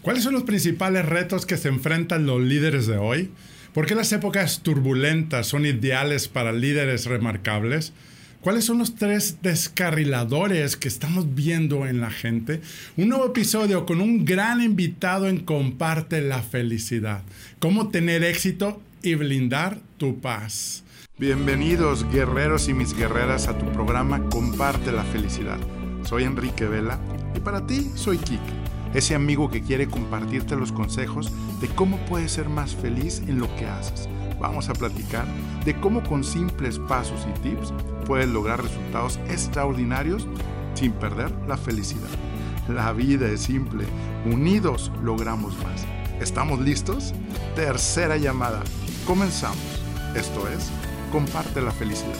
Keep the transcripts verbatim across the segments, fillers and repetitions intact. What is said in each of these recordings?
¿Cuáles son los principales retos que se enfrentan los líderes de hoy? ¿Por qué las épocas turbulentas son ideales para líderes remarcables? ¿Cuáles son los tres descarriladores que estamos viendo en la gente? Un nuevo episodio con un gran invitado en Comparte la Felicidad. Cómo tener éxito y blindar tu paz. Bienvenidos, guerreros y mis guerreras, a tu programa Comparte la Felicidad. Soy Enrique Vela y para ti soy Kike, ese amigo que quiere compartirte los consejos de cómo puedes ser más feliz en lo que haces. Vamos a platicar de cómo con simples pasos y tips puedes lograr resultados extraordinarios sin perder la felicidad. La vida es simple, unidos logramos más. ¿Estamos listos? Tercera llamada. Comenzamos. Esto es Comparte la Felicidad.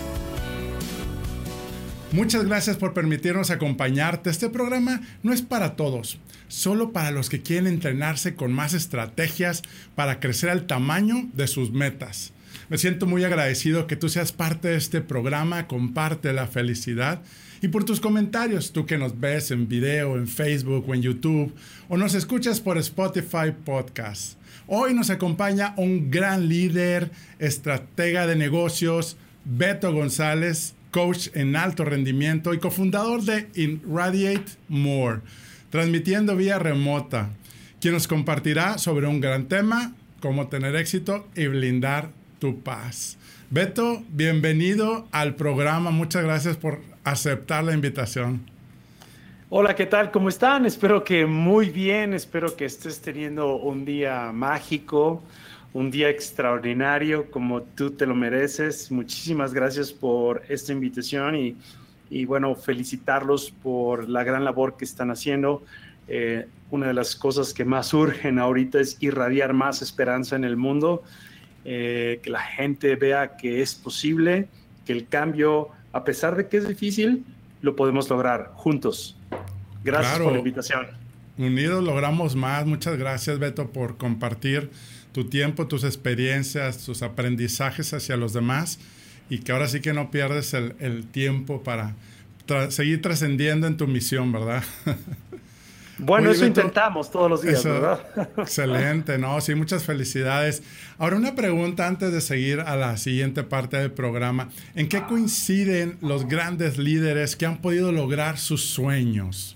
Muchas gracias por permitirnos acompañarte. Este programa no es para todos, solo para los que quieren entrenarse con más estrategias para crecer al tamaño de sus metas. Me siento muy agradecido que tú seas parte de este programa, Comparte la Felicidad, y por tus comentarios, tú que nos ves en video, en Facebook o en YouTube, o nos escuchas por Spotify Podcast. Hoy nos acompaña un gran líder, estratega de negocios, Beto González, coach en alto rendimiento y cofundador de Irradiate More, transmitiendo vía remota, quien nos compartirá sobre un gran tema, cómo tener éxito y blindar tu paz. Beto, bienvenido al programa. Muchas gracias por aceptar la invitación. Hola, ¿qué tal? ¿Cómo están? Espero que muy bien. Espero que estés teniendo un día mágico, un día extraordinario como tú te lo mereces. Muchísimas gracias por esta invitación y, y bueno, felicitarlos por la gran labor que están haciendo. Eh, una de las cosas que más urgen ahorita es irradiar más esperanza en el mundo, eh, que la gente vea que es posible, que el cambio, a pesar de que es difícil, lo podemos lograr juntos. Gracias claro. por la invitación. Unidos logramos más. Muchas gracias, Beto, por compartir tu tiempo, tus experiencias, tus aprendizajes hacia los demás, y que ahora sí que no pierdes el, el tiempo para tra- seguir trascendiendo en tu misión, ¿verdad? Bueno, Oye, eso Beto, intentamos todos los días, eso, ¿verdad? Excelente, ¿no? Sí, muchas felicidades. Ahora, una pregunta antes de seguir a la siguiente parte del programa. ¿En qué coinciden los grandes líderes que han podido lograr sus sueños?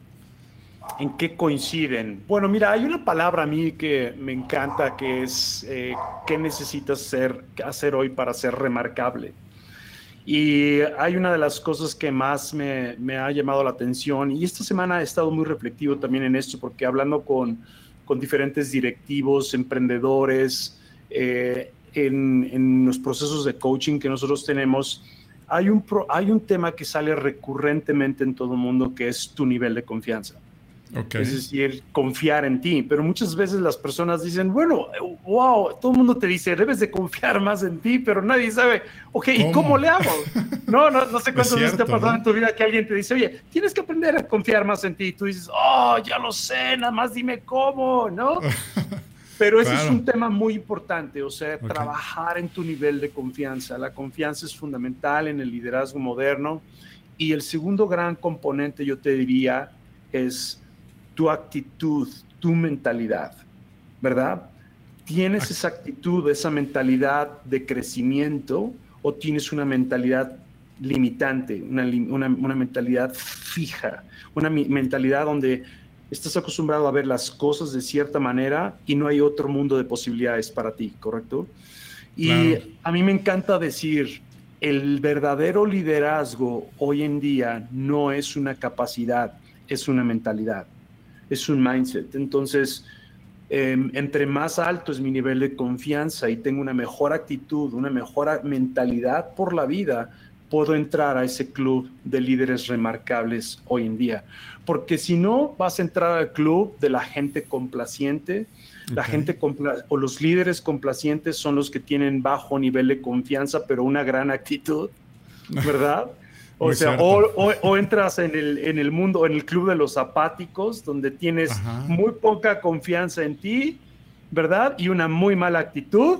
¿En qué coinciden? Bueno, mira, hay una palabra a mí que me encanta, que es eh, ¿qué necesitas ser, hacer hoy para ser remarcable? Y hay una de las cosas que más me, me ha llamado la atención, y esta semana he estado muy reflexivo también en esto, porque hablando con, con diferentes directivos, emprendedores, eh, en, en los procesos de coaching que nosotros tenemos, hay un, pro, hay un tema que sale recurrentemente en todo el mundo, que es tu nivel de confianza. Okay. Es decir, confiar en ti. Pero muchas veces las personas dicen, bueno, wow, todo el mundo te dice, debes de confiar más en ti, pero nadie sabe, ok, ¿cómo? ¿Y cómo le hago? No, no, no sé cuántas veces te ha pasado, ¿no?, en tu vida que alguien te dice, oye, tienes que aprender a confiar más en ti. Y tú dices, oh, ya lo sé, nada más dime cómo, ¿no? Pero ese claro. es un tema muy importante, o sea, okay. trabajar en tu nivel de confianza. La confianza es fundamental en el liderazgo moderno. Y el segundo gran componente, yo te diría, es tu actitud, tu mentalidad, ¿verdad? ¿Tienes esa actitud, esa mentalidad de crecimiento, o tienes una mentalidad limitante, una, una, una mentalidad fija, una mentalidad donde estás acostumbrado a ver las cosas de cierta manera y no hay otro mundo de posibilidades para ti, ¿correcto? Y claro. a mí me encanta decir, el verdadero liderazgo hoy en día no es una capacidad, es una mentalidad. Es un mindset. Entonces, eh, entre más alto es mi nivel de confianza y tengo una mejor actitud, una mejor mentalidad por la vida, puedo entrar a ese club de líderes remarcables hoy en día. Porque si no, vas a entrar al club de la gente complaciente. Okay. La gente compla- o los líderes complacientes son los que tienen bajo nivel de confianza, pero una gran actitud, ¿verdad? O Muy sea, o, o, o entras en el, en el mundo, en el club de los apáticos, donde tienes Ajá. muy poca confianza en ti, ¿verdad? Y una muy mala actitud.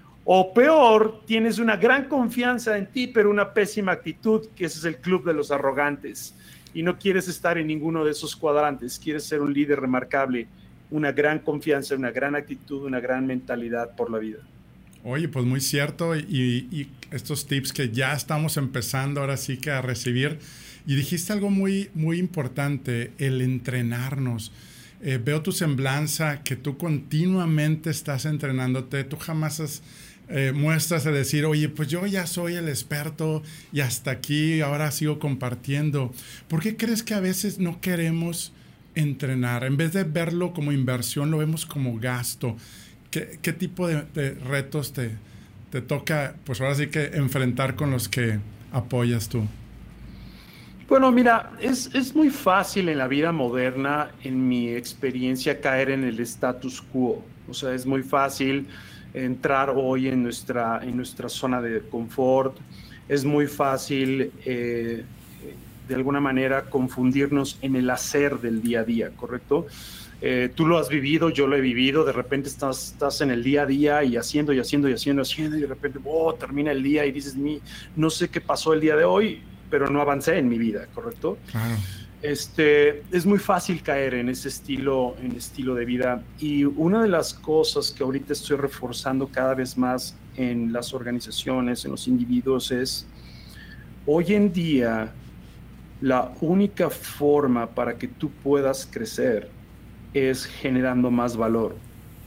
O peor, tienes una gran confianza en ti, pero una pésima actitud, que ese es el club de los arrogantes. Y no quieres estar en ninguno de esos cuadrantes, quieres ser un líder remarcable. una gran confianza, una gran actitud, una gran mentalidad por la vida. Oye, pues muy cierto, y, y estos tips que ya estamos empezando ahora sí que a recibir. Y dijiste algo muy, muy importante, el entrenarnos. Eh, veo tu semblanza, que tú continuamente estás entrenándote, tú jamás has, eh, muestras de decir, oye, pues yo ya soy el experto y hasta aquí, ahora sigo compartiendo. ¿Por qué crees que a veces no queremos entrenar? En vez de verlo como inversión, lo vemos como gasto. ¿Qué, qué tipo de, de retos te, te toca, pues ahora sí que enfrentar con los que apoyas tú? Bueno, mira, es, es muy fácil en la vida moderna, en mi experiencia, caer en el status quo. O sea, es muy fácil entrar hoy en nuestra, en nuestra zona de confort. Es muy fácil, eh, de alguna manera, confundirnos en el hacer del día a día, ¿correcto? Eh, tú lo has vivido, yo lo he vivido, de repente estás, estás en el día a día y haciendo y haciendo y haciendo, haciendo y de repente, oh, termina el día y dices, Mi, no sé qué pasó el día de hoy, pero no avancé en mi vida, ¿correcto? Claro. Este, es muy fácil caer en ese estilo, en estilo de vida, y una de las cosas que ahorita estoy reforzando cada vez más en las organizaciones, en los individuos, es hoy en día la única forma para que tú puedas crecer es generando más valor.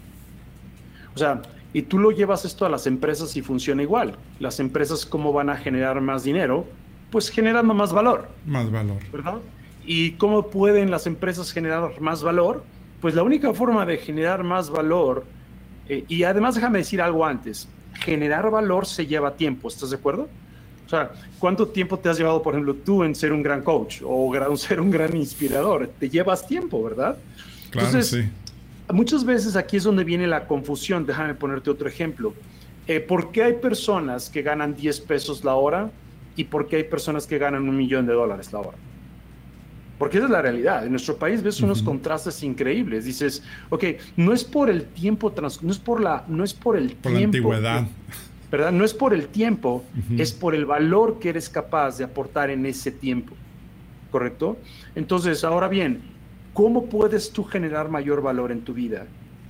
O sea, y tú lo llevas esto a las empresas y funciona igual. Las empresas, ¿cómo van a generar más dinero? Pues generando más valor. Más valor. ¿Verdad? ¿Y cómo pueden las empresas generar más valor? Pues la única forma de generar más valor, eh, y además déjame decir algo antes, generar valor se lleva tiempo, ¿estás de acuerdo? O sea, ¿cuánto tiempo te has llevado, por ejemplo, tú en ser un gran coach o ser un gran inspirador? Te llevas tiempo, ¿verdad? Claro, Entonces, sí. Muchas veces aquí es donde viene la confusión. Déjame ponerte otro ejemplo. Eh, ¿Por qué hay personas que ganan diez pesos la hora y por qué hay personas que ganan un millón de dólares la hora? Porque esa es la realidad. En nuestro país ves unos uh-huh. contrastes increíbles. Dices, ok, no es por el tiempo, trans, no es por la, no es por el por tiempo. La antigüedad. ¿Verdad? No es por el tiempo, uh-huh. es por el valor que eres capaz de aportar en ese tiempo. ¿Correcto? Entonces, ahora bien, ¿cómo puedes tú generar mayor valor en tu vida?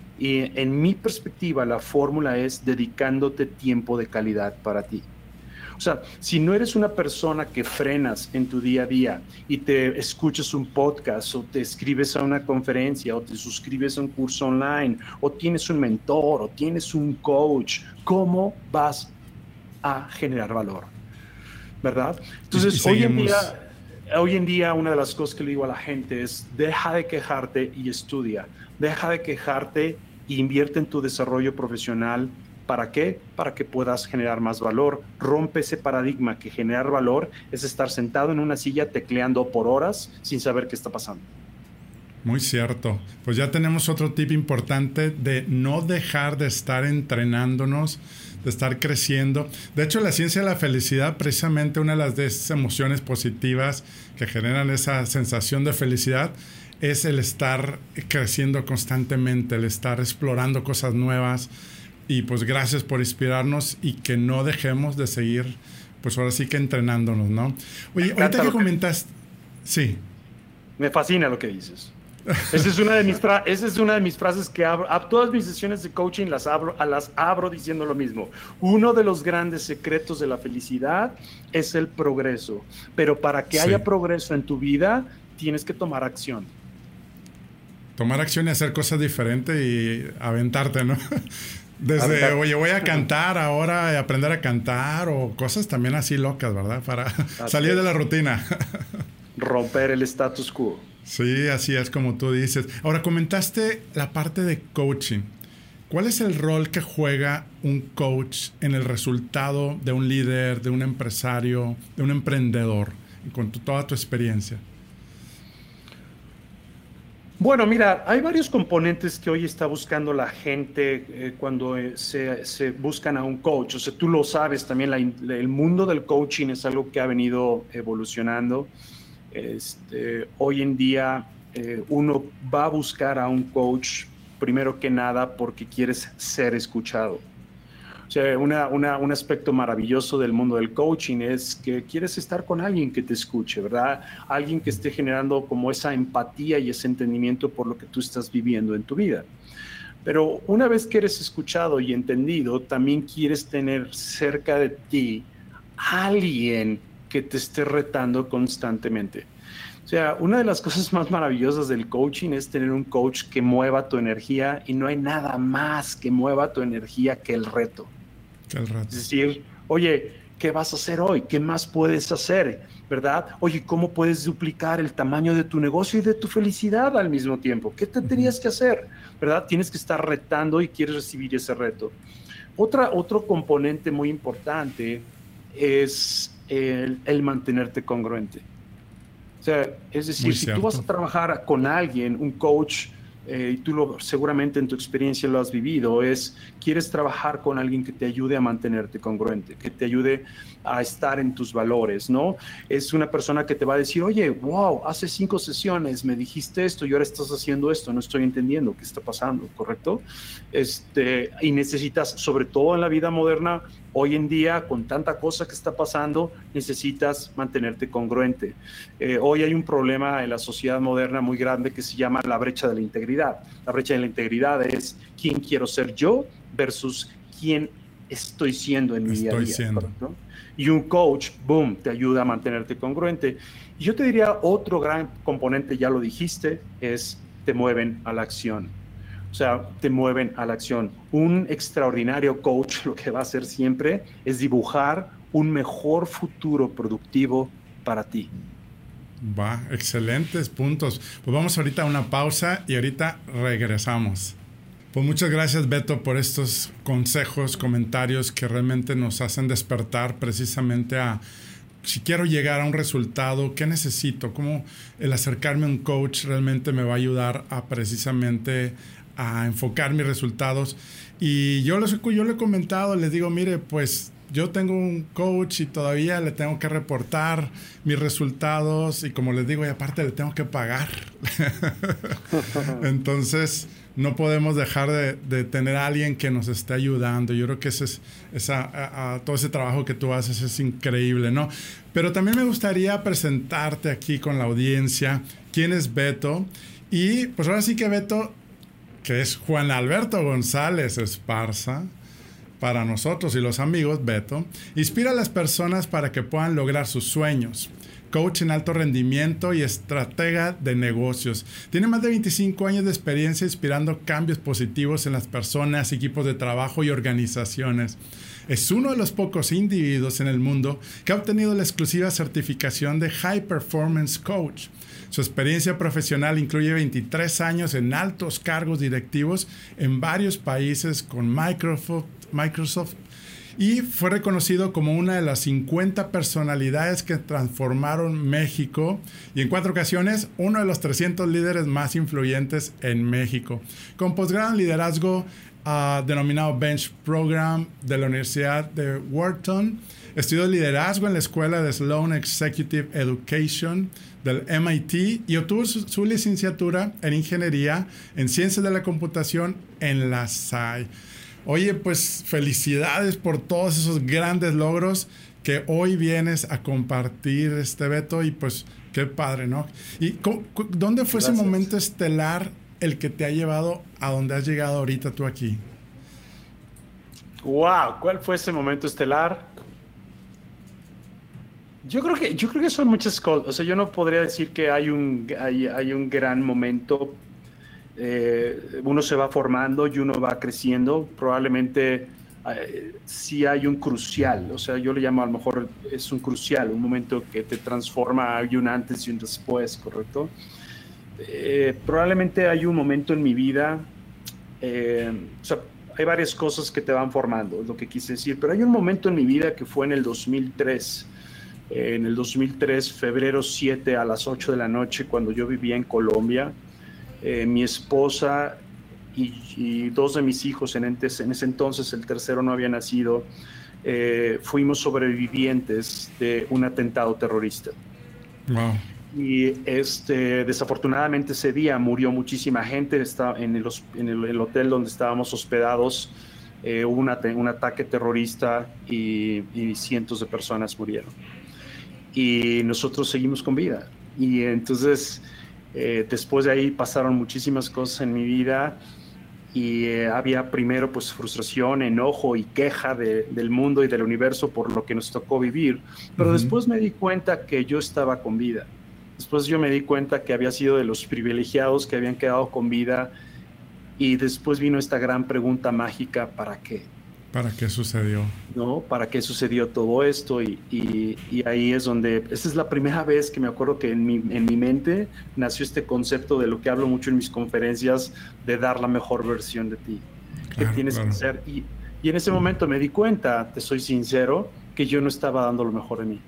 Y en mi perspectiva, la fórmula es dedicándote tiempo de calidad para ti. O sea, si no eres una persona que frenas en tu día a día y te escuchas un podcast o te escribes a una conferencia o te suscribes a un curso online o tienes un mentor o tienes un coach, ¿cómo vas a generar valor? ¿Verdad? Entonces, hoy en día... Hoy en día una de las cosas que le digo a la gente es deja de quejarte y estudia. Deja de quejarte e invierte en tu desarrollo profesional. ¿Para qué? Para que puedas generar más valor. Rompe ese paradigma que generar valor es estar sentado en una silla tecleando por horas sin saber qué está pasando. Muy cierto. Pues ya tenemos otro tip importante de no dejar de estar entrenándonos, de estar creciendo. De hecho, la ciencia de la felicidad, precisamente una de las de esas emociones positivas que generan esa sensación de felicidad, es el estar creciendo constantemente, el estar explorando cosas nuevas. Y pues gracias por inspirarnos y que no dejemos de seguir, pues ahora sí que entrenándonos, ¿no? Oye, ahorita que comentas... Sí. Me fascina lo que dices. Esa es una de mis, fra esa es una de mis frases que abro. A todas mis sesiones de coaching las abro, a las abro diciendo lo mismo. Uno de los grandes secretos de la felicidad es el progreso. Pero para que sí. haya progreso en tu vida, tienes que tomar acción. Tomar acción y hacer cosas diferentes y aventarte, ¿no? Desde, Aventar. oye, voy a cantar ahora, aprender a cantar o cosas también así locas, ¿verdad? Para así salir es. de la rutina. Romper el status quo. Sí, así es como tú dices. Ahora, comentaste la parte de coaching. ¿Cuál es el rol que juega un coach en el resultado de un líder, de un empresario, de un emprendedor, con tu, toda tu experiencia? Bueno, mira, hay varios componentes que hoy está buscando la gente eh, cuando eh, se, se buscan a un coach. O sea, tú lo sabes también, la, el mundo del coaching es algo que ha venido evolucionando. Este, hoy en día eh, uno va a buscar a un coach primero que nada porque quieres ser escuchado. O sea, una, una, un aspecto maravilloso del mundo del coaching es que quieres estar con alguien que te escuche, ¿verdad? Alguien que esté generando como esa empatía y ese entendimiento por lo que tú estás viviendo en tu vida. Pero una vez que eres escuchado y entendido, también quieres tener cerca de ti a alguien que te esté retando constantemente. O sea, una de las cosas más maravillosas del coaching es tener un coach que mueva tu energía, y no hay nada más que mueva tu energía que el reto. El reto. Es decir, oye, ¿qué vas a hacer hoy? ¿Qué más puedes hacer? ¿Verdad? Oye, ¿cómo puedes duplicar el tamaño de tu negocio y de tu felicidad al mismo tiempo? ¿Qué te tenías que hacer? ¿Verdad? Tienes que estar retando y quieres recibir ese reto. Otra, otro componente muy importante es el, el mantenerte congruente. O sea, es decir, si tú vas a trabajar con alguien, un coach, eh, y tú lo, seguramente en tu experiencia lo has vivido, es, quieres trabajar con alguien que te ayude a mantenerte congruente, que te ayude a estar en tus valores, ¿no? Es una persona que te va a decir, oye, wow, hace cinco sesiones me dijiste esto y ahora estás haciendo esto, no estoy entendiendo qué está pasando, ¿correcto? Este, y necesitas, sobre todo en la vida moderna, hoy en día, con tanta cosa que está pasando, necesitas mantenerte congruente. Eh, hoy hay un problema en la sociedad moderna muy grande que se llama la brecha de la integridad. La brecha de la integridad es quién quiero ser yo versus quién estoy siendo en mi día a día, ¿correcto? Y un coach, boom, te ayuda a mantenerte congruente. Y yo te diría, otro gran componente, ya lo dijiste, es te mueven a la acción. O sea, te mueven a la acción. Un extraordinario coach lo que va a hacer siempre es dibujar un mejor futuro productivo para ti. Va, excelentes puntos. Pues vamos ahorita a una pausa y ahorita regresamos. Pues muchas gracias, Beto, por estos consejos, comentarios que realmente nos hacen despertar precisamente a, si quiero llegar a un resultado, ¿qué necesito? ¿Cómo el acercarme a un coach realmente me va a ayudar a precisamente a enfocar mis resultados? Y yo, les, yo le he comentado, les digo, mire, pues yo tengo un coach y todavía le tengo que reportar mis resultados y como les digo, y aparte le tengo que pagar. Entonces no podemos dejar de, de tener a alguien que nos esté ayudando. Yo creo que ese es, esa, a, a, todo ese trabajo que tú haces es increíble, ¿no? Pero también me gustaría presentarte aquí con la audiencia quién es Beto. Y pues ahora sí que Beto, que es Juan Alberto González Esparza, para nosotros y los amigos, Beto, inspira a las personas para que puedan lograr sus sueños. Coach en alto rendimiento y estratega de negocios. Tiene más de veinticinco años de experiencia inspirando cambios positivos en las personas, equipos de trabajo y organizaciones. Es uno de los pocos individuos en el mundo que ha obtenido la exclusiva certificación de High Performance Coach. Su experiencia profesional incluye veintitrés años en altos cargos directivos en varios países con Microsoft, Microsoft y fue reconocido como una de las cincuenta personalidades que transformaron México y en cuatro ocasiones uno de los trescientos líderes más influyentes en México. Con posgrado en liderazgo uh, denominado Bench Program de la Universidad de Wharton, estudió liderazgo en la Escuela de Sloan Executive Education del M I T y obtuvo su, su licenciatura en Ingeniería en Ciencias de la Computación en la S A I. Oye, pues felicidades por todos esos grandes logros que hoy vienes a compartir, este Beto, y pues qué padre, ¿no? ¿Y dónde fue Gracias. Ese momento estelar el que te ha llevado a donde has llegado ahorita tú aquí? Wow, ¿cuál fue ese momento estelar? Yo creo que, yo creo que son muchas cosas. O sea, yo no podría decir que hay un, hay, hay un gran momento. Eh, uno se va formando y uno va creciendo. Probablemente eh, sí hay un crucial. O sea, yo le llamo a lo mejor es un crucial, un momento que te transforma. Hay un antes y un después, ¿correcto? Eh, probablemente hay un momento en mi vida. Eh, o sea, hay varias cosas que te van formando, es lo que quise decir. Pero hay un momento en mi vida que fue en el dos mil tres. Eh, en el dos mil tres, febrero siete a las ocho de la noche, cuando yo vivía en Colombia. Eh, mi esposa y, y dos de mis hijos, en, entes, en ese entonces el tercero no había nacido, eh, fuimos sobrevivientes de un atentado terrorista. Wow. Y este, desafortunadamente ese día murió muchísima gente. Estaba en, el, en el, el hotel donde estábamos hospedados. eh, hubo una, un ataque terrorista y, y cientos de personas murieron. Y nosotros seguimos con vida. Y entonces, eh, después de ahí pasaron muchísimas cosas en mi vida y eh, había primero pues frustración, enojo y queja de, del mundo y del universo por lo que nos tocó vivir. Pero uh-huh. después me di cuenta que yo estaba con vida. Después yo me di cuenta que había sido de los privilegiados que habían quedado con vida. Y después vino esta gran pregunta mágica, ¿para qué? ¿Para qué sucedió? ¿No? ¿Para qué sucedió todo esto? Y, y, y ahí es donde, esta es la primera vez que me acuerdo que en mi, en mi mente nació este concepto de lo que hablo mucho en mis conferencias, de dar la mejor versión de ti. Claro, que tienes claro. que ser. Y, y en ese momento me di cuenta, te soy sincero, que yo no estaba dando lo mejor de mí.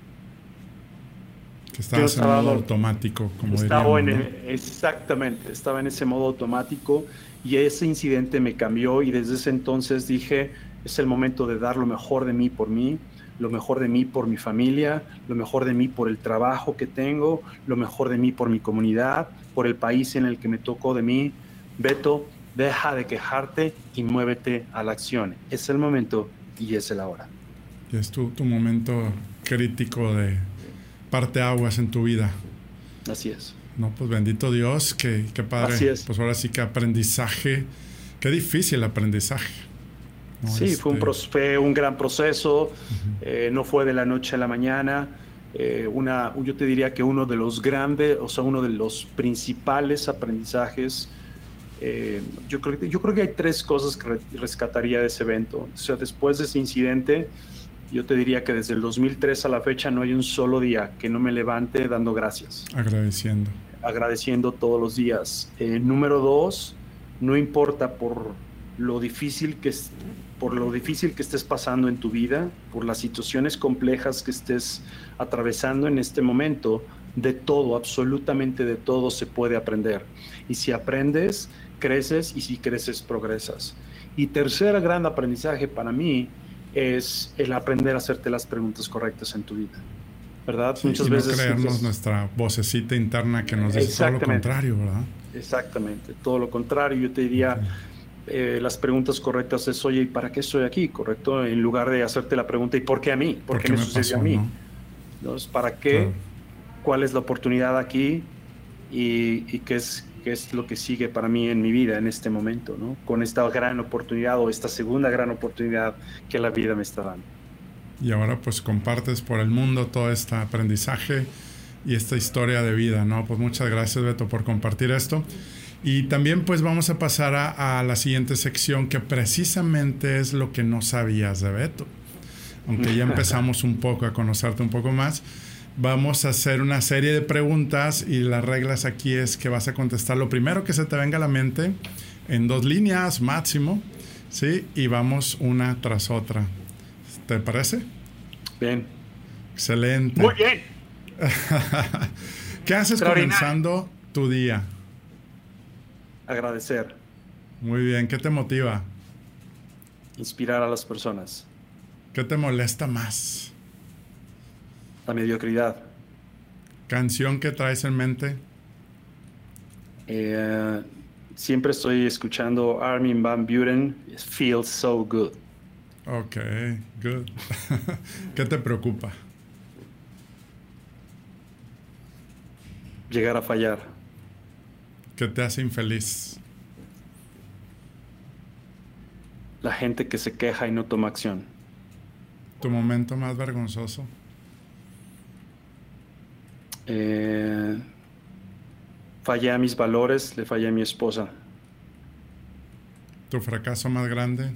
Que estabas en modo dando, automático, como estaba diríamos, en el, Exactamente, estaba en ese modo automático y ese incidente me cambió y desde ese entonces dije, es el momento de dar lo mejor de mí por mí, lo mejor de mí por mi familia, lo mejor de mí por el trabajo que tengo, lo mejor de mí por mi comunidad, por el país en el que me tocó de mí. Beto, deja de quejarte y muévete a la acción. Es el momento y es el ahora. Y es tu, tu momento crítico de parteaguas en tu vida. Así es. No, pues bendito Dios, qué, qué padre. Así es. Pues ahora sí que aprendizaje, qué difícil aprendizaje. No, sí, este... fue, un pro, fue un gran proceso, uh-huh. eh, no fue de la noche a la mañana. Eh, una, yo te diría que uno de los grandes, o sea, uno de los principales aprendizajes, eh, yo, creo, yo creo que hay tres cosas que rescataría de ese evento. O sea, después de ese incidente, yo te diría que desde el dos mil tres a la fecha no hay un solo día que no me levante dando gracias. Agradeciendo. Agradeciendo todos los días. Eh, número dos, no importa por lo difícil que es, por lo difícil que estés pasando en tu vida, por las situaciones complejas que estés atravesando en este momento, de todo, absolutamente de todo se puede aprender. Y si aprendes, creces, y si creces, progresas. Y tercer gran aprendizaje para mí es el aprender a hacerte las preguntas correctas en tu vida, ¿verdad? Sí, Muchas y veces no creernos entonces, nuestra vocecita interna que nos dice todo lo contrario, ¿verdad? Exactamente, todo lo contrario. Yo te diría, okay. eh, las preguntas correctas es, oye, ¿y para qué estoy aquí? ¿Correcto? En lugar de hacerte la pregunta, ¿y por qué a mí? ¿Por, ¿Por qué me, me sucedió pasó, a mí? ¿No? Entonces, ¿para qué? Claro. ¿Cuál es la oportunidad aquí? Y, y qué es qué es lo que sigue para mí en mi vida en este momento, ¿no? Con esta gran oportunidad o esta segunda gran oportunidad que la vida me está dando. Y ahora pues compartes por el mundo todo este aprendizaje y esta historia de vida, ¿no? Pues muchas gracias, Beto, por compartir esto. Y también pues vamos a pasar a, a la siguiente sección, que precisamente es lo que no sabías de Beto. Aunque ya empezamos un poco a conocerte un poco más, vamos a hacer una serie de preguntas y las reglas aquí es que vas a contestar lo primero que se te venga a la mente en dos líneas máximo, ¿sí? Y vamos una tras otra. ¿Te parece? Bien. Excelente. Muy bien. ¿Qué haces comenzando tu día? Agradecer. Muy bien. ¿Qué te motiva? Inspirar a las personas. ¿Qué te molesta más? La mediocridad. ¿Canción que traes en mente? Eh, siempre estoy escuchando Armin van Buuren, Feels So Good. Ok, good. ¿Qué te preocupa? Llegar a fallar. ¿Qué te hace infeliz? La gente que se queja y no toma acción. ¿Tu momento más vergonzoso? Eh, fallé a mis valores, le fallé a mi esposa. ¿Tu fracaso más grande?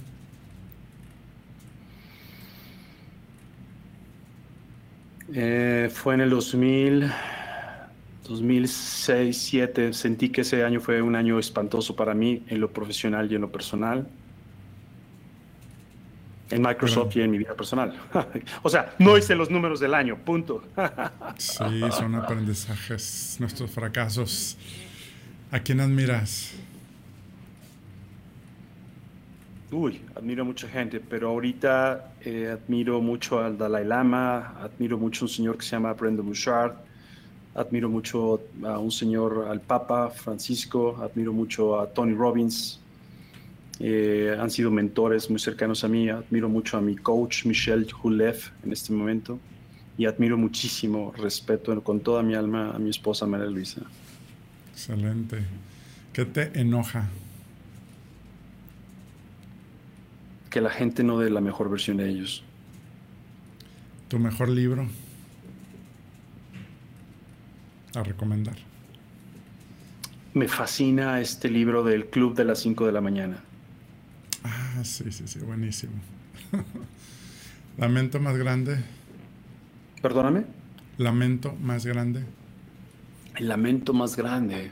Eh, fue en el dos mil, dos mil seis, dos mil siete. Sentí que ese año fue un año espantoso para mí en lo profesional y en lo personal. En Microsoft Pero, y en mi vida personal. O sea, no hice los números del año, punto. Sí, son aprendizajes, nuestros fracasos. ¿A quién admiras? Uy, admiro a mucha gente, pero ahorita eh, admiro mucho al Dalai Lama, admiro mucho a un señor que se llama Brendon Burchard, admiro mucho a un señor, al Papa Francisco, admiro mucho a Tony Robbins, Eh, han sido mentores muy cercanos a mí. Admiro mucho a mi coach, Michel Hulef, en este momento. Y admiro muchísimo, respeto con toda mi alma a mi esposa, María Luisa. Excelente. ¿Qué te enoja? Que la gente no dé la mejor versión de ellos. ¿Tu mejor libro a recomendar? Me fascina este libro del Club de las cinco de la mañana. Ah, sí, sí, sí, buenísimo. ¿Lamento más grande? ¿Perdóname? ¿Lamento más grande? El lamento más grande.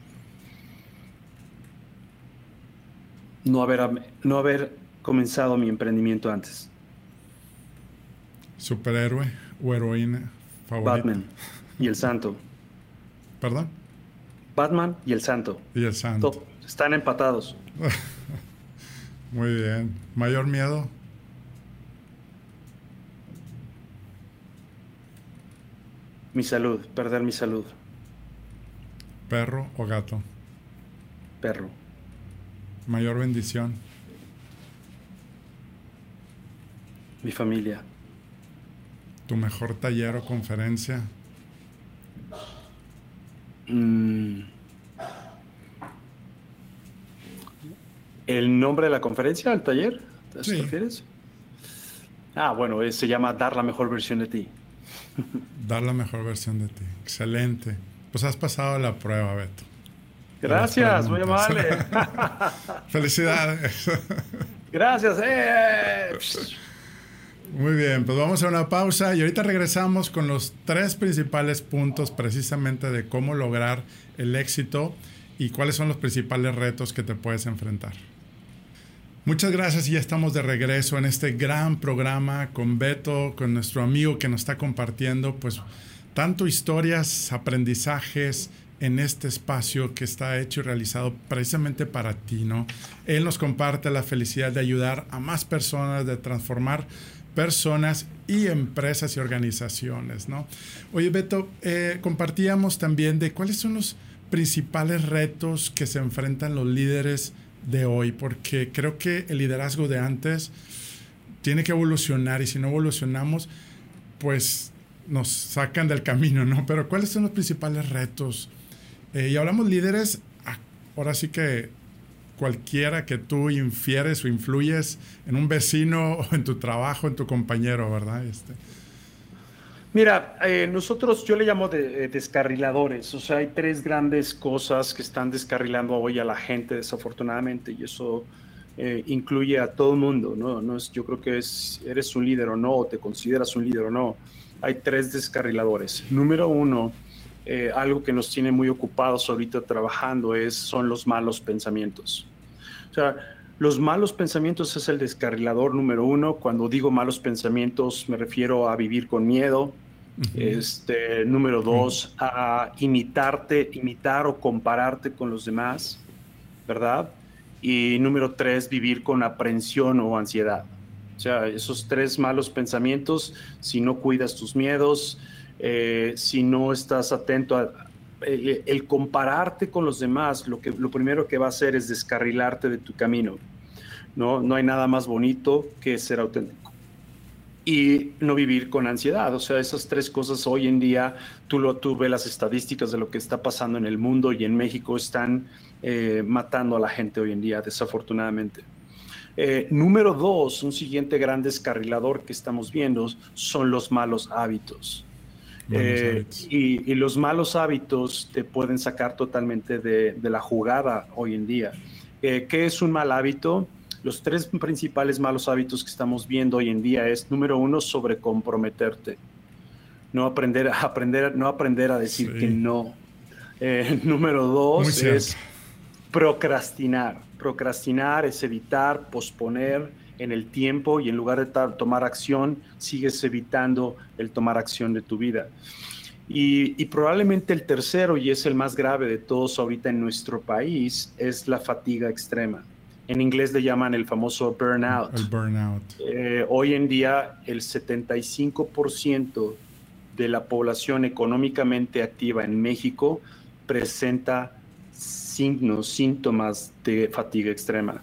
No haber, no haber comenzado mi emprendimiento antes. ¿Superhéroe o heroína favorita? Batman y el Santo. ¿Perdón? Batman y el Santo. Y el Santo. Todo. Están empatados. Muy bien. ¿Mayor miedo? Mi salud, perder mi salud. ¿Perro o gato? Perro. ¿Mayor bendición? Mi familia. ¿Tu mejor taller o conferencia? Mm. ¿El nombre de la conferencia, el taller? ¿A eso Sí. te refieres? Ah, bueno, eh, se llama Dar la mejor versión de ti. Dar la mejor versión de ti. Excelente. Pues has pasado la prueba, Beto. Gracias, muy amable. Felicidades. Gracias. Eh. Muy bien, pues vamos a una pausa y ahorita regresamos con los tres principales puntos precisamente de cómo lograr el éxito y cuáles son los principales retos que te puedes enfrentar. Muchas gracias y ya estamos de regreso en este gran programa con Beto, con nuestro amigo que nos está compartiendo pues tanto historias, aprendizajes en este espacio que está hecho y realizado precisamente para ti, ¿no? Él nos comparte la felicidad de ayudar a más personas, de transformar personas y empresas y organizaciones, ¿no? Oye, Beto, eh, compartíamos también de cuáles son los principales retos que se enfrentan los líderes de hoy, porque creo que el liderazgo de antes tiene que evolucionar y si no evolucionamos, pues nos sacan del camino, ¿no? Pero ¿cuáles son los principales retos? Eh, y hablamos líderes, ahora sí que cualquiera que tú infieres o influyes en un vecino o en tu trabajo, en tu compañero, ¿verdad? Este. Mira, eh, nosotros, yo le llamo de, eh, descarriladores, o sea, hay tres grandes cosas que están descarrilando hoy a la gente, desafortunadamente, y eso eh, incluye a todo el mundo, ¿no? No es, yo creo que es, eres un líder o no, o te consideras un líder o no. Hay tres descarriladores. Número uno, eh, algo que nos tiene muy ocupados ahorita trabajando es, son los malos pensamientos. O sea, los malos pensamientos es el descarrilador número uno. Cuando digo malos pensamientos me refiero a vivir con miedo. Uh-huh. Este, número dos, uh-huh. a imitarte, imitar o compararte con los demás, ¿verdad? Y número tres, vivir con aprensión o ansiedad. O sea, esos tres malos pensamientos, si no cuidas tus miedos, eh, si no estás atento a el, el compararte con los demás, lo, que, lo primero que va a hacer es descarrilarte de tu camino. No, no hay nada más bonito que ser auténtico y no vivir con ansiedad. O sea, esas tres cosas hoy en día, tú, lo, tú ves las estadísticas de lo que está pasando en el mundo y en México están eh, matando a la gente hoy en día, desafortunadamente. Eh, número dos, un siguiente gran descarrilador que estamos viendo son los malos hábitos. Malos eh, hábitos. Y, y los malos hábitos te pueden sacar totalmente de, de la jugada hoy en día. Eh, ¿Qué es un mal hábito? Los tres principales malos hábitos que estamos viendo hoy en día es, número uno, sobrecomprometerte. No aprender, aprender, no aprender a decir sí. que no. Eh, número dos es procrastinar. Procrastinar es evitar, posponer en el tiempo y en lugar de tomar acción, sigues evitando el tomar acción de tu vida. Y, y probablemente el tercero, y es el más grave de todos ahorita en nuestro país, es la fatiga extrema. En inglés le llaman el famoso burnout. El burnout. Eh, hoy en día el setenta y cinco por ciento de la población económicamente activa en México presenta signos, síntomas de fatiga extrema.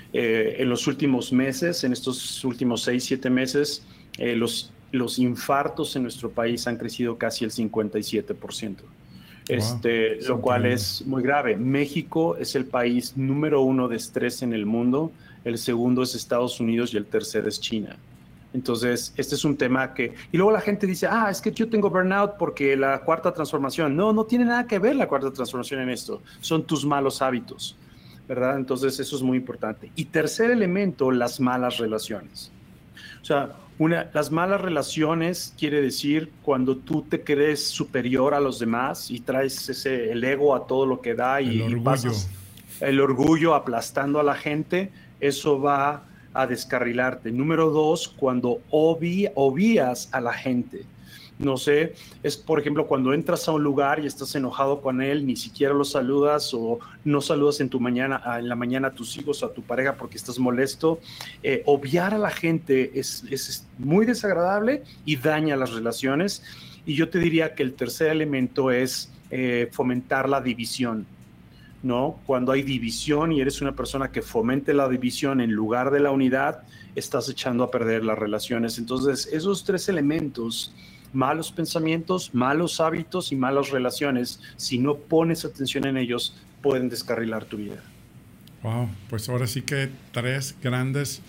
Eh, en los últimos meses, en estos últimos seis, siete meses, eh, los, los infartos en nuestro país han crecido casi el cincuenta y siete por ciento. Este, wow, lo cual es muy grave. México es el país número uno de estrés en el mundo, el segundo es Estados Unidos y el tercero es China. Entonces, este es un tema que... Y luego la gente dice, ah, es que yo tengo burnout porque la cuarta transformación. No, no tiene nada que ver la cuarta transformación en esto. Son tus malos hábitos, ¿verdad? Entonces, eso es muy importante. Y tercer elemento, las malas relaciones. O sea, una, las malas relaciones quiere decir cuando tú te crees superior a los demás y traes ese, el ego a todo lo que da y, y pasas el orgullo aplastando a la gente, eso va a descarrilarte. Número dos, cuando obvi, obvias a la gente. No sé, es por ejemplo cuando entras a un lugar y estás enojado con él, ni siquiera lo saludas o no saludas en, tu mañana, en la mañana a tus hijos o a tu pareja porque estás molesto. Eh, obviar a la gente es, es muy desagradable y daña las relaciones. Y yo te diría que el tercer elemento es eh, fomentar la división, ¿no? Cuando hay división y eres una persona que fomente la división en lugar de la unidad, estás echando a perder las relaciones. Entonces, esos tres elementos, malos pensamientos, malos hábitos y malas relaciones, si no pones atención en ellos, pueden descarrilar tu vida. Wow, pues ahora sí que tres grandes,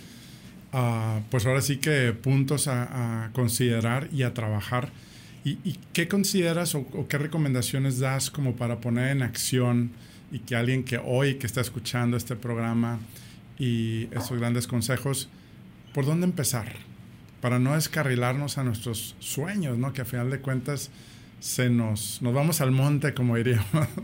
uh, pues ahora sí que puntos a, a considerar y a trabajar. ¿Y, y qué consideras o, o qué recomendaciones das como para poner en acción y que alguien que hoy que está escuchando este programa y esos grandes consejos, ¿por dónde empezar? Para no descarrilarnos a nuestros sueños, ¿no? Que a final de cuentas se nos, nos vamos al monte, como diríamos.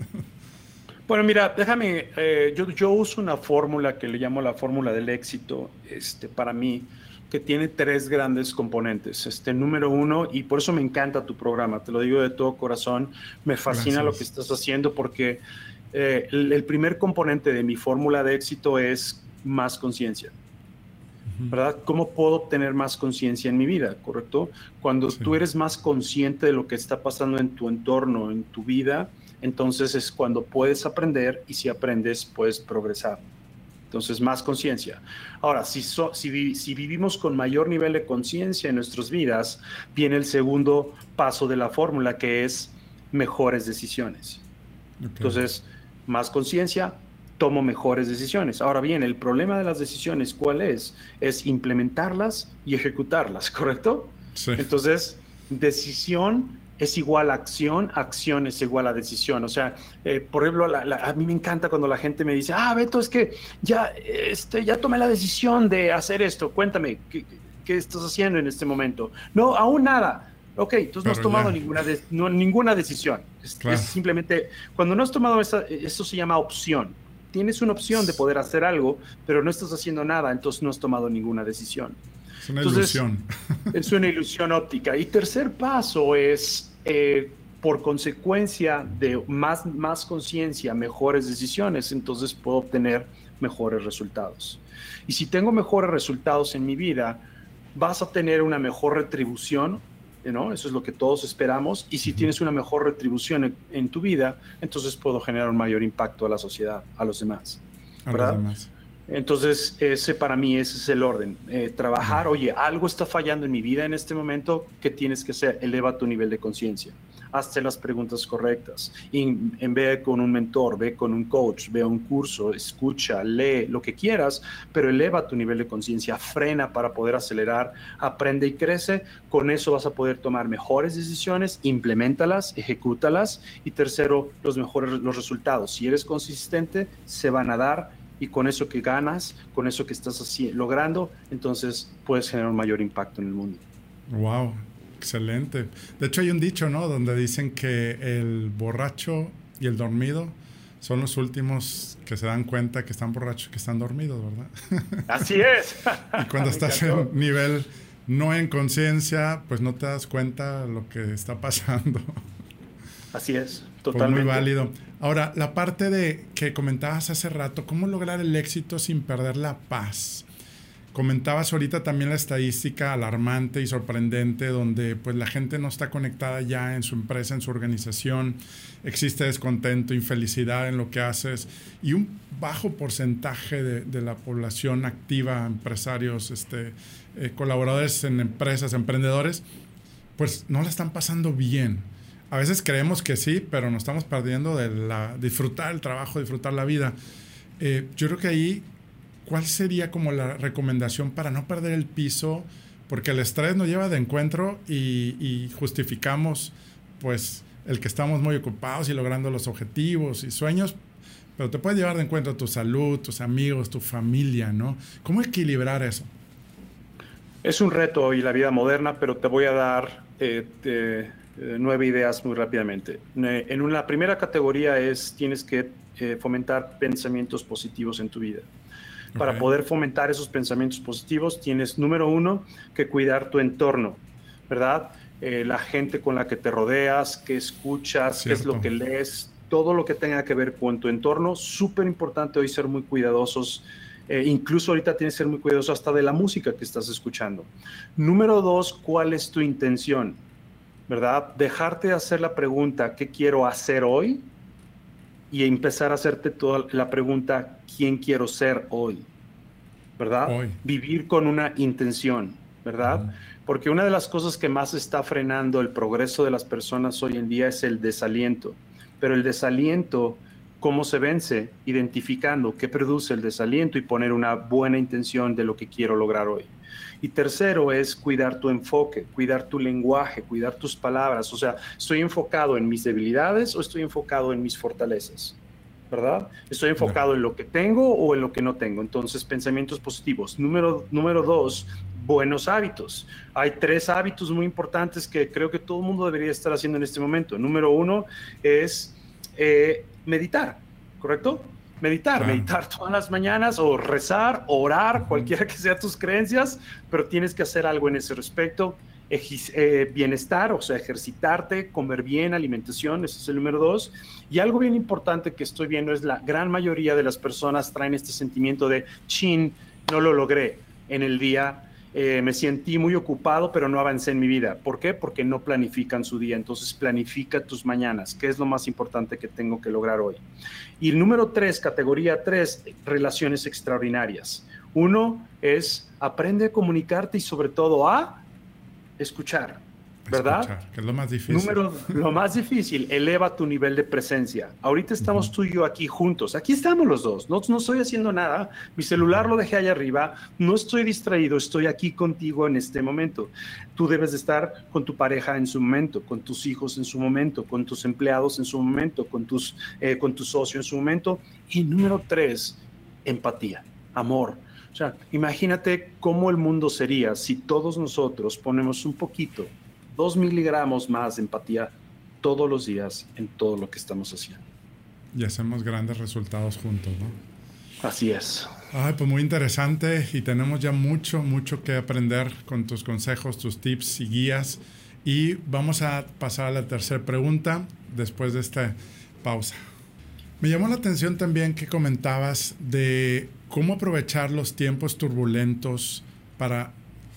Bueno, mira, déjame, eh, yo, yo uso una fórmula que le llamo la fórmula del éxito, este, para mí, que tiene tres grandes componentes. Este, número uno, y por eso me encanta tu programa, te lo digo de todo corazón, me fascina Gracias. Lo que estás haciendo porque eh, el, el primer componente de mi fórmula de éxito es más conciencia. ¿Verdad? ¿Cómo puedo tener más conciencia en mi vida? ¿Correcto? Cuando sí. tú eres más consciente de lo que está pasando en tu entorno, en tu vida, entonces es cuando puedes aprender y si aprendes, puedes progresar. Entonces, más conciencia. Ahora, si, so, si, si vivimos con mayor nivel de conciencia en nuestras vidas, viene el segundo paso de la fórmula, que es mejores decisiones. Okay. Entonces, más conciencia, tomo mejores decisiones. Ahora bien, el problema de las decisiones, ¿cuál es? Es implementarlas y ejecutarlas, ¿correcto? Sí. Entonces, decisión es igual a acción, acción es igual a decisión. O sea, eh, por ejemplo, la, la, a mí me encanta cuando la gente me dice, ah, Beto, es que ya, este, ya tomé la decisión de hacer esto. Cuéntame, ¿qué, qué estás haciendo en este momento? No, aún nada. Ok, entonces Pero no has tomado ninguna, de, no, ninguna decisión. Es, claro. es simplemente, cuando no has tomado esa, eso se llama opción. Tienes una opción de poder hacer algo, pero no estás haciendo nada, entonces no has tomado ninguna decisión. Es una entonces, ilusión. Es una ilusión óptica. Y tercer paso es, eh, por consecuencia de más, más conciencia, mejores decisiones, entonces puedo obtener mejores resultados. Y si tengo mejores resultados en mi vida, vas a tener una mejor retribución, ¿no? Eso es lo que todos esperamos. Y si uh-huh. tienes una mejor retribución en, en tu vida, entonces puedo generar un mayor impacto a la sociedad, a los demás. A ¿verdad? los demás. Entonces, ese para mí ese es el orden. Eh, trabajar, uh-huh. oye, algo está fallando en mi vida en este momento, ¿qué tienes que hacer? Eleva tu nivel de conciencia. Hazte las preguntas correctas. Y en vez de con un mentor, ve con un coach, ve a un curso, escucha, lee, lo que quieras, pero eleva tu nivel de conciencia, frena para poder acelerar, aprende y crece. Con eso vas a poder tomar mejores decisiones, impleméntalas, ejecútalas. Y tercero, los mejores los resultados. Si eres consistente, se van a dar. Y con eso que ganas, con eso que estás así, logrando, entonces puedes generar un mayor impacto en el mundo. Wow. Excelente. De hecho, hay un dicho, ¿no? Donde dicen que el borracho y el dormido son los últimos que se dan cuenta que están borrachos, que están dormidos, ¿verdad? Así es. Y cuando estás en nivel no en conciencia, pues no te das cuenta lo que está pasando. Así es, totalmente. Pues muy válido. Ahora, la parte de que comentabas hace rato, ¿cómo lograr el éxito sin perder la paz? Comentabas ahorita también la estadística alarmante y sorprendente donde pues la gente no está conectada ya en su empresa, en su organización, existe descontento, infelicidad en lo que haces y un bajo porcentaje de, de la población activa, empresarios, este, eh, colaboradores en empresas, emprendedores, pues no la están pasando bien. A veces creemos que sí, pero nos estamos perdiendo de la, disfrutar el trabajo, disfrutar la vida. Eh, yo creo que ahí, ¿cuál sería como la recomendación para no perder el piso? Porque el estrés nos lleva de encuentro y, y justificamos pues el que estamos muy ocupados y logrando los objetivos y sueños, pero te puede llevar de encuentro tu salud, tus amigos, tu familia, ¿no? ¿Cómo equilibrar eso? Es un reto hoy la vida moderna, pero te voy a dar eh, te, eh, nueve ideas muy rápidamente. En una primera categoría es tienes que eh, fomentar pensamientos positivos en tu vida. Para okay. poder fomentar esos pensamientos positivos, tienes, número uno, que cuidar tu entorno, ¿verdad? Eh, la gente con la que te rodeas, qué escuchas, Cierto. qué es lo que lees, todo lo que tenga que ver con tu entorno. Súper importante hoy ser muy cuidadosos. Eh, incluso ahorita tienes que ser muy cuidadoso hasta de la música que estás escuchando. Número dos, ¿cuál es tu intención? ¿Verdad? Dejarte de hacer la pregunta, ¿qué quiero hacer hoy? Y empezar a hacerte toda la pregunta, ¿quién quiero ser hoy? ¿Verdad? Hoy. Vivir con una intención, ¿verdad? Uh-huh. Porque una de las cosas que más está frenando el progreso de las personas hoy en día es el desaliento. Pero el desaliento, ¿cómo se vence? Identificando qué produce el desaliento y poner una buena intención de lo que quiero lograr hoy. Y tercero es cuidar tu enfoque, cuidar tu lenguaje, cuidar tus palabras. O sea, ¿estoy enfocado en mis debilidades o estoy enfocado en mis fortalezas? ¿Verdad? ¿Estoy enfocado no. en lo que tengo o en lo que no tengo? Entonces, pensamientos positivos. Número, número dos, buenos hábitos. Hay tres hábitos muy importantes que creo que todo el mundo debería estar haciendo en este momento. Número uno es eh, meditar, ¿correcto? Meditar, claro. meditar todas las mañanas o rezar, orar, uh-huh. cualquiera que sea tus creencias, pero tienes que hacer algo en ese respecto. Ej- eh, bienestar, o sea, ejercitarte, comer bien, alimentación, ese es el número dos. Y algo bien importante que estoy viendo es la gran mayoría de las personas traen este sentimiento de, chin, no lo logré en el día. Eh, me sentí muy ocupado, pero no avancé en mi vida. ¿Por qué? Porque no planifican su día. Entonces, planifica tus mañanas. ¿Qué es lo más importante que tengo que lograr hoy? Y el número tres, categoría tres, relaciones extraordinarias. Uno es aprende a comunicarte y sobre todo a escuchar, ¿verdad? Escuchar, que es lo más difícil. Número, lo más difícil, eleva tu nivel de presencia. Ahorita estamos uh-huh. tú y yo aquí juntos. Aquí estamos los dos. No, no estoy haciendo nada. Mi celular lo dejé allá arriba. No estoy distraído. Estoy aquí contigo en este momento. Tú debes de estar con tu pareja en su momento, con tus hijos en su momento, con tus empleados en su momento, con, tus, eh, con tu socio en su momento. Y número tres, empatía, amor. O sea, imagínate cómo el mundo sería si todos nosotros ponemos un poquito, dos miligramos más de empatía todos los días en todo lo que estamos haciendo. Y hacemos grandes resultados juntos, ¿no? Así es. Ay, pues muy interesante y tenemos ya mucho, mucho que aprender con tus consejos, tus tips y guías. Y vamos a pasar a la tercera pregunta después de esta pausa. Me llamó la atención también que comentabas de cómo aprovechar los tiempos turbulentos para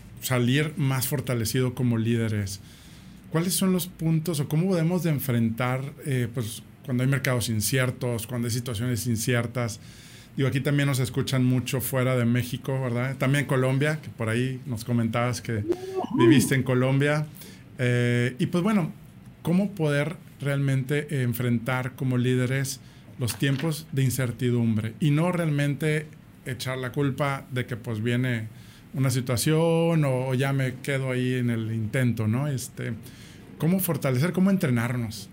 salir más fortalecido como líderes. ¿Cuáles son los puntos o cómo podemos de enfrentar eh, pues, cuando hay mercados inciertos, cuando hay situaciones inciertas? Digo, aquí también nos escuchan mucho fuera de México, ¿verdad? También Colombia, que por ahí nos comentabas que viviste en Colombia. Eh, y pues bueno, ¿cómo poder realmente eh, enfrentar como líderes los tiempos de incertidumbre y no realmente echar la culpa de que pues viene una situación o, o ya me quedo ahí en el intento, ¿no? Este, ¿cómo fortalecer, cómo entrenarnos?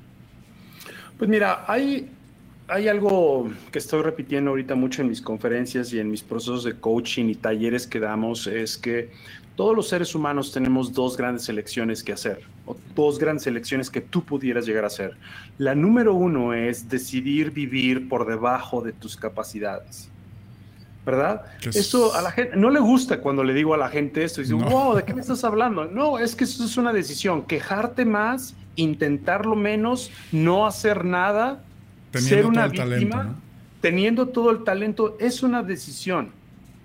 Pues mira, hay, hay algo que estoy repitiendo ahorita mucho en mis conferencias y en mis procesos de coaching y talleres que damos, es que todos los seres humanos tenemos dos grandes elecciones que hacer, o dos grandes elecciones que tú pudieras llegar a hacer. La número uno es decidir vivir por debajo de tus capacidades, ¿verdad? Es... Eso a la gente no le gusta cuando le digo a la gente esto y dice, no. wow, ¿de qué me estás hablando? No, es que eso es una decisión. Quejarte más, intentarlo menos, no hacer nada, teniendo ser una víctima, talento, ¿no? Teniendo todo el talento, es una decisión.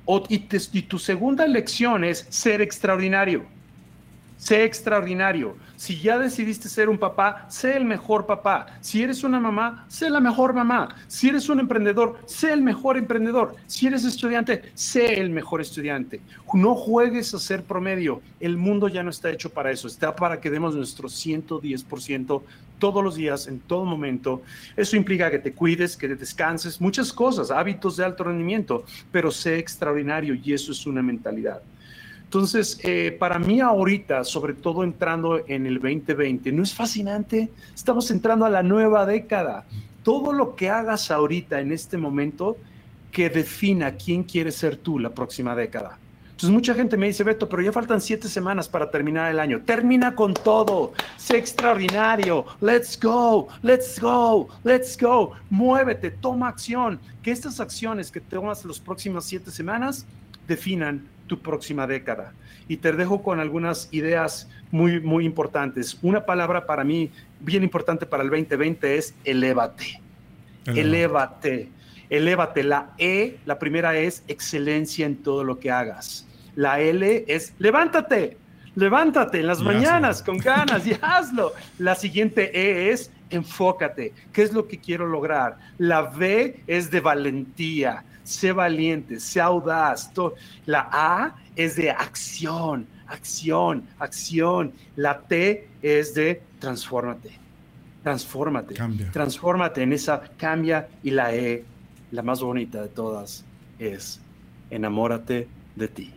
O, y, te, y tu segunda lección es ser extraordinario. Sé extraordinario. Si ya decidiste ser un papá, sé el mejor papá. Si eres una mamá, sé la mejor mamá. Si eres un emprendedor, sé el mejor emprendedor. Si eres estudiante, sé el mejor estudiante. No juegues a ser promedio. El mundo ya no está hecho para eso. Está para que demos nuestro ciento diez por ciento todos los días, en todo momento. Eso implica que te cuides, que te descanses, muchas cosas, hábitos de alto rendimiento, pero sé extraordinario y eso es una mentalidad. Entonces, eh, para mí ahorita, sobre todo entrando en el veinte veinte, ¿no es fascinante? Estamos entrando a la nueva década. Todo lo que hagas ahorita, en este momento, que defina quién quieres ser tú la próxima década. Entonces, mucha gente me dice, Beto, pero ya faltan siete semanas para terminar el año. Termina con todo. Sé extraordinario. Let's go, let's go, let's go. Muévete, toma acción. Que estas acciones que tomas las próximas siete semanas definan tu próxima década. Y te dejo con algunas ideas muy, muy importantes. Una palabra para mí bien importante para el veinte veinte es elévate. Elévate. Elévate. Elévate. La E, la primera es excelencia en todo lo que hagas. La L es levántate. Levántate en las y mañanas hazlo. Con ganas y hazlo. La siguiente E es enfócate. ¿Qué es lo que quiero lograr? La V es de valentía. Sé valiente, sé audaz. La A es de acción, acción, acción. La T es de transfórmate, transfórmate, cambia. Transfórmate en esa, cambia. Y la E, la más bonita de todas, es enamórate de ti.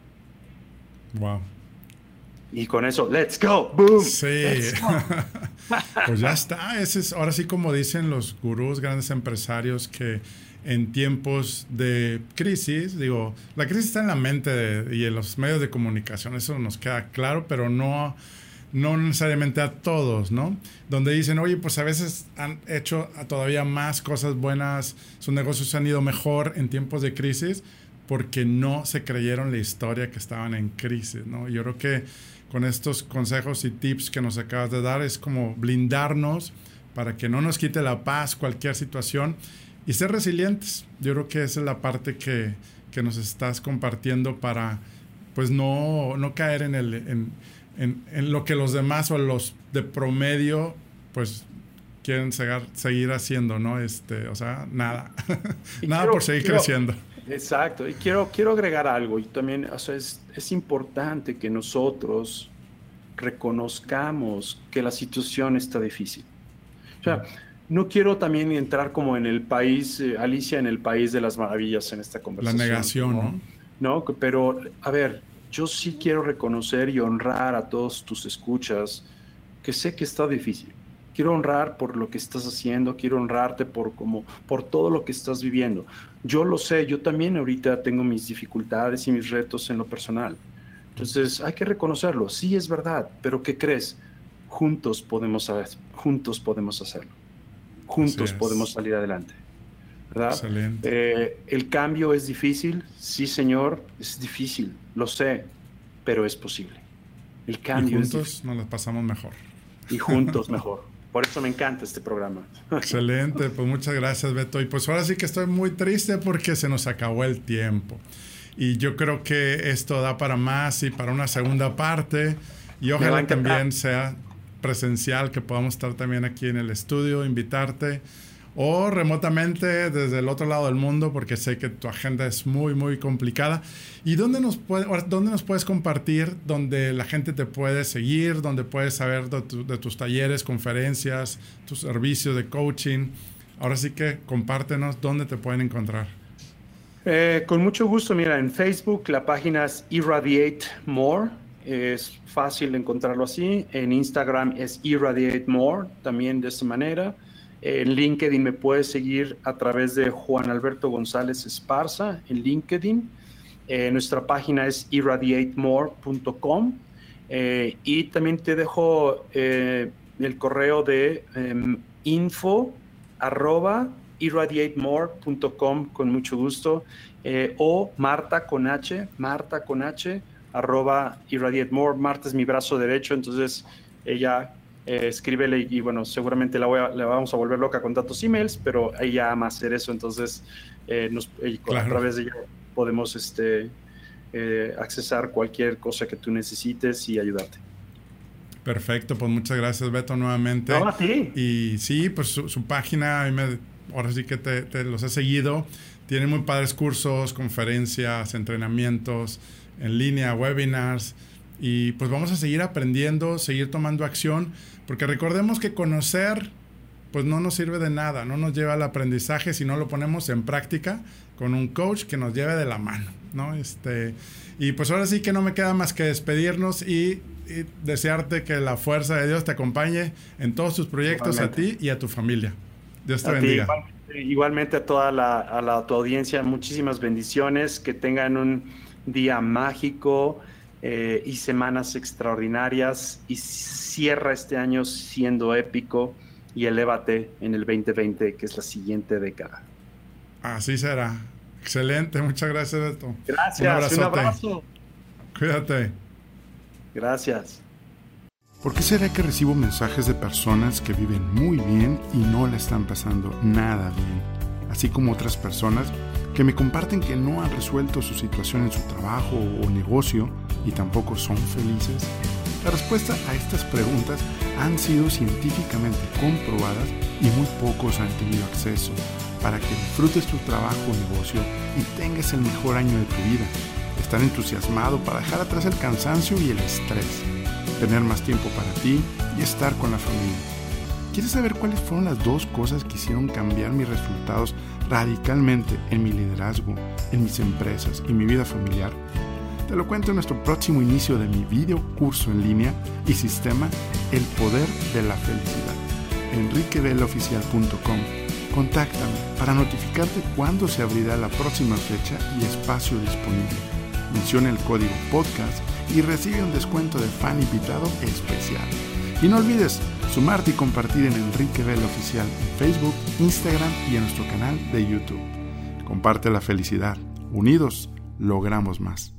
Wow. Y con eso, let's go, boom. Sí. Let's go. Pues ya está. Ese es, ahora sí, como dicen los gurús, grandes empresarios, que en tiempos de crisis, digo, la crisis está en la mente de, y en los medios de comunicación, eso nos queda claro, pero no, no necesariamente a todos, ¿no? Donde dicen, oye, pues a veces han hecho todavía más cosas buenas, sus negocios han ido mejor en tiempos de crisis porque no se creyeron la historia que estaban en crisis, ¿no? Yo creo que con estos consejos y tips que nos acabas de dar es como blindarnos para que no nos quite la paz cualquier situación y ser resilientes. Yo creo que esa es la parte que, que nos estás compartiendo para pues no, no caer en, el, en, en, en lo que los demás o los de promedio pues quieren seguir, seguir haciendo, ¿no? Este, o sea, nada. nada quiero, por seguir quiero, creciendo. Exacto. Y quiero, quiero agregar algo. Y también, o sea, es, es importante que nosotros reconozcamos que la situación está difícil. O sea, no quiero también entrar como en el país, eh, Alicia, en el país de las maravillas en esta conversación. La negación, ¿no? ¿no? No, pero, a ver, yo sí quiero reconocer y honrar a todos tus escuchas, que sé que está difícil. Quiero honrar por lo que estás haciendo, quiero honrarte por, como, por todo lo que estás viviendo. Yo lo sé, yo también ahorita tengo mis dificultades y mis retos en lo personal. Entonces, hay que reconocerlo. Sí, es verdad, pero ¿qué crees? Juntos podemos, juntos podemos hacerlo. Juntos podemos salir adelante, ¿verdad? Excelente. Eh, el cambio es difícil, sí, señor, es difícil, lo sé, pero es posible. El cambio y es juntos difícil. nos la pasamos mejor. Y juntos mejor. Por eso me encanta este programa. Excelente, pues muchas gracias, Beto. Y pues ahora sí que estoy muy triste porque se nos acabó el tiempo. Y yo creo que esto da para más y para una segunda parte. Y ojalá también sea presencial, que podamos estar también aquí en el estudio, invitarte, o remotamente desde el otro lado del mundo, porque sé que tu agenda es muy, muy complicada. ¿Y dónde nos, puede, dónde nos puedes compartir, donde la gente te puede seguir, donde puedes saber de, tu, de tus talleres, conferencias, tus servicios de coaching? Ahora sí que compártenos dónde te pueden encontrar. Eh, con mucho gusto, mira, en Facebook la página es Irradiate More. Es fácil encontrarlo así. En Instagram es Irradiate More, también de esta manera. En LinkedIn me puedes seguir a través de Juan Alberto González Esparza en LinkedIn. Eh, nuestra página es irradiate more punto com. Eh, y también te dejo eh, el correo de eh, info arroba irradiate more punto com con mucho gusto. Eh, o Marta con H, Marta con H, arroba Irradiate More. Marta es mi brazo derecho, entonces ella eh, escríbele y, y bueno, seguramente la, voy a, la vamos a volver loca con tantos emails, pero ella ama hacer eso, entonces eh, nos, eh, claro. a través de ella podemos este, eh, accesar cualquier cosa que tú necesites y ayudarte. Perfecto, pues muchas gracias, Beto, nuevamente. No, a ti. Y sí, pues su, su página, a mí me, ahora sí que te, te los he seguido. Tiene muy padres cursos, conferencias, entrenamientos en línea, webinars. Y pues vamos a seguir aprendiendo, seguir tomando acción, porque recordemos que conocer pues no nos sirve de nada, no nos lleva al aprendizaje si no lo ponemos en práctica con un coach que nos lleve de la mano, ¿no? Este, y pues ahora sí que no me queda más que despedirnos y, y desearte que la fuerza de Dios te acompañe en todos tus proyectos, igualmente, a ti y a tu familia. Dios te a bendiga. Ti, igualmente a toda la, a la tu audiencia, muchísimas bendiciones, que tengan un día mágico eh, y semanas extraordinarias, y cierra este año siendo épico y elévate en el veinte veinte, que es la siguiente década. Así será. Excelente, muchas gracias, Beto. Gracias, un, un abrazo. Cuídate. Gracias. ¿Por qué será que recibo mensajes de personas que viven muy bien y no le están pasando nada bien? Así como otras personas que me comparten que no han resuelto su situación en su trabajo o negocio y tampoco son felices. La respuesta a estas preguntas han sido científicamente comprobadas y muy pocos han tenido acceso para que disfrutes tu trabajo o negocio y tengas el mejor año de tu vida. Estar entusiasmado para dejar atrás el cansancio y el estrés. Tener más tiempo para ti y estar con la familia. ¿Quieres saber cuáles fueron las dos cosas que hicieron cambiar mis resultados radicalmente en mi liderazgo, en mis empresas y mi vida familiar? Te lo cuento en nuestro próximo inicio de mi video curso en línea y sistema El Poder de la Felicidad. enrique vela oficial punto com. Contáctame para notificarte cuándo se abrirá la próxima fecha y espacio disponible. Menciona el código podcast y recibe un descuento de fan invitado especial. Y no olvides sumarte y compartir en Enrique Vela Oficial en Facebook, Instagram y en nuestro canal de YouTube. Comparte la felicidad. Unidos logramos más.